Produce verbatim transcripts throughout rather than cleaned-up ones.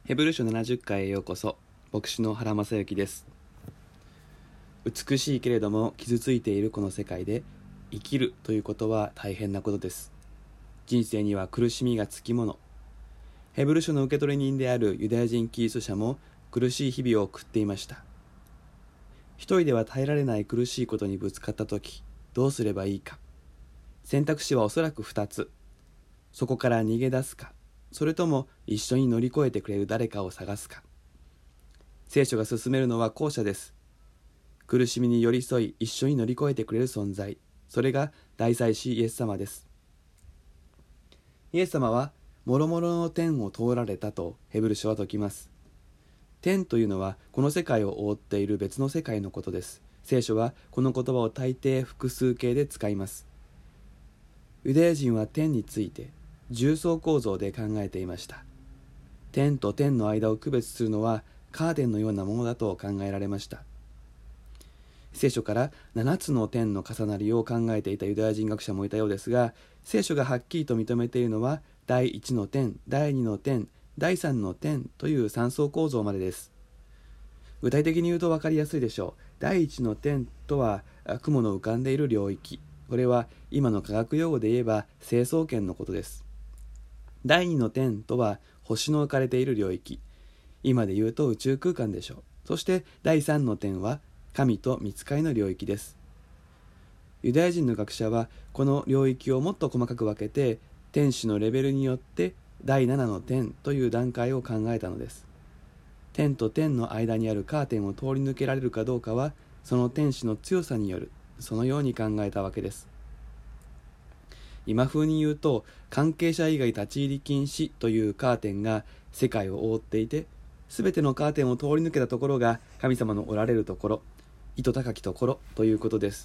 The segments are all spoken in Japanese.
ヘブル書ななじゅっかいへようこそ。牧師の原正幸です。美しいけれども傷ついているこの世界で生きるということは大変なことです。人生には苦しみがつきもの。ヘブル書の受け取り人であるユダヤ人キリスト者も苦しい日々を送っていました。一人では耐えられない苦しいことにぶつかったとき、どうすればいいか。選択肢はおそらく二つ。そこから逃げ出すか、それとも一緒に乗り越えてくれる誰かを探すか。聖書が進めるのは後者です。苦しみに寄り添い一緒に乗り越えてくれる存在、それが大祭司イエス様です。イエス様は諸々の天を通られたとヘブル書は説きます。天というのはこの世界を覆っている別の世界のことです。聖書はこの言葉を大抵複数形で使います。ユダヤ人は天について重層構造で考えていました。天と天の間を区別するのはカーテンのようなものだと考えられました。聖書からななつの天の重なりを考えていたユダヤ人学者もいたようですが、聖書がはっきりと認めているのはだいいちの天、だいにの天、だいさんの天というさん層構造までです。具体的に言うと分かりやすいでしょう。だいいちの天とは雲の浮かんでいる領域。これは今の科学用語で言えば成層圏のことです。だいにの天とは星の置かれている領域。今で言うと宇宙空間でしょう。そしてだいさんの天は神と御使いの領域です。ユダヤ人の学者はこの領域をもっと細かく分けて、天使のレベルによってだいななの天という段階を考えたのです。天と天の間にあるカーテンを通り抜けられるかどうかはその天使の強さによる、そのように考えたわけです。今風に言うと、関係者以外立ち入り禁止というカーテンが世界を覆っていて、すべてのカーテンを通り抜けたところが神様のおられるところ、糸高きところということです。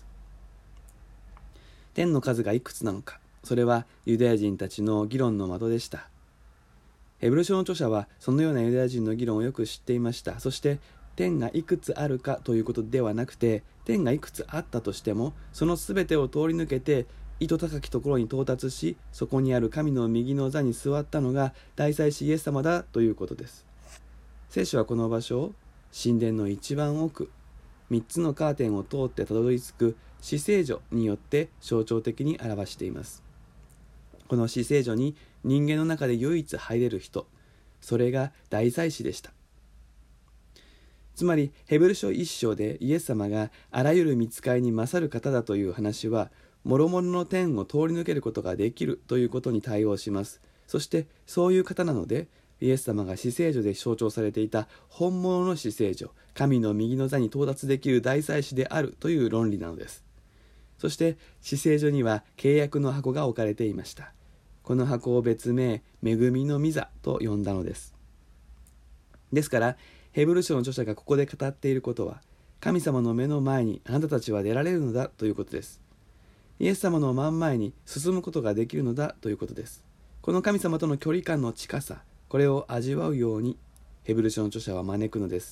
天の数がいくつなのか、それはユダヤ人たちの議論の的でした。ヘブル書の著者はそのようなユダヤ人の議論をよく知っていました。そして天がいくつあるかということではなくて、天がいくつあったとしてもそのすべてを通り抜けて糸高きところに到達し、そこにある神の右の座に座ったのが大祭司イエス様だということです。聖書はこの場所を神殿の一番奥、三つのカーテンを通ってたどり着く至聖所によって象徴的に表しています。この至聖所に人間の中で唯一入れる人、それが大祭司でした。つまりヘブル書一章でイエス様があらゆる御使いに勝る方だという話は、諸々の天を通り抜けることができるということに対応します。そしてそういう方なので、イエス様が至聖所で象徴されていた本物の至聖所、神の右の座に到達できる大祭司であるという論理なのです。そして至聖所には契約の箱が置かれていました。この箱を別名恵みの御座と呼んだのです。ですからヘブル書の著者がここで語っていることは、神様の目の前にあなたたちは出られるのだということです。イエス様の真ん前に進むことができるのだということです。この神様との距離感の近さ、これを味わうようにヘブル書の著者は招くのです。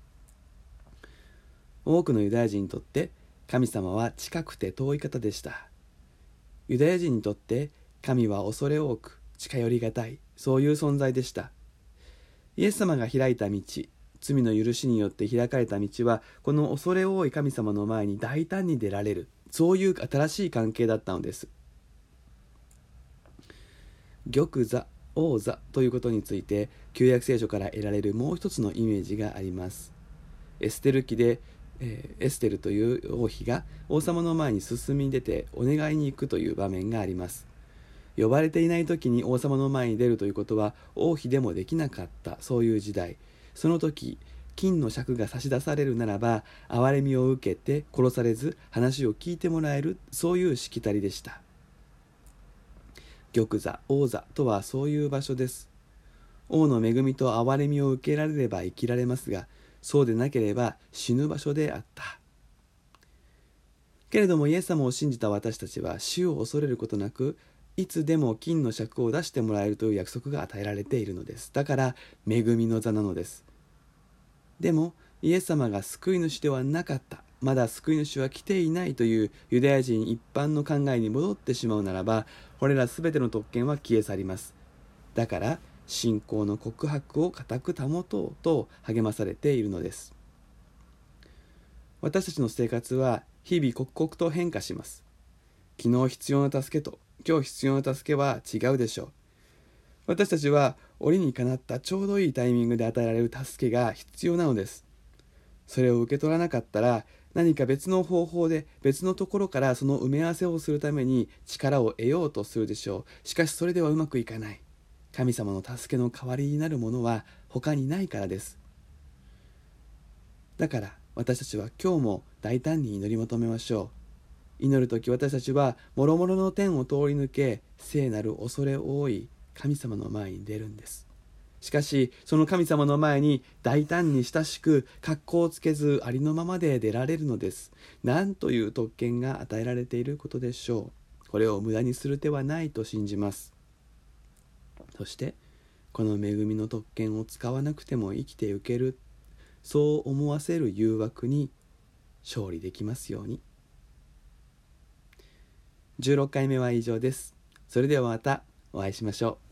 多くのユダヤ人にとって神様は近くて遠い方でした。ユダヤ人にとって神は恐れ多く近寄りがたい、そういう存在でした。イエス様が開いた道、罪の許しによって開かれた道は、この恐れ多い神様の前に大胆に出られる、そういう新しい関係だったのです。玉座、王座ということについて旧約聖書から得られるもう一つのイメージがあります。エステル記で、えー、エステルという王妃が王様の前に進み出てお願いに行くという場面があります。呼ばれていない時に王様の前に出るということは王妃でもできなかった、そういう時代。その時金の尺が差し出されるならば憐れみを受けて殺されず話を聞いてもらえる、そういうしきたりでした。玉座、王座とはそういう場所です。王の恵みと憐れみを受けられれば生きられますが、そうでなければ死ぬ場所であった。けれどもイエス様を信じた私たちは死を恐れることなく、いつでも金の尺を出してもらえるという約束が与えられているのです。だから恵みの座なのです。でもイエス様が救い主ではなかった、まだ救い主は来ていないというユダヤ人一般の考えに戻ってしまうならば、これらすべての特権は消え去ります。だから信仰の告白を固く保とうと励まされているのです。私たちの生活は日々刻々と変化します。昨日必要な助けと今日必要な助けは違うでしょう。私たちは折にかなったちょうどいいタイミングで与えられる助けが必要なのです。それを受け取らなかったら、何か別の方法で別のところからその埋め合わせをするために力を得ようとするでしょう。しかしそれではうまくいかない。神様の助けの代わりになるものは他にないからです。だから私たちは今日も大胆に祈り求めましょう。祈るとき私たちは諸々の天を通り抜け、聖なる恐れ多い神様の前に出るんです。しかしその神様の前に大胆に親しく格好をつけずありのままで出られるのです。なんという特権が与えられていることでしょう。これを無駄にする手はないと信じます。そしてこの恵みの特権を使わなくても生きていける、そう思わせる誘惑に勝利できますように。じゅうろっかいめは以上です。それではまたお会いしましょう。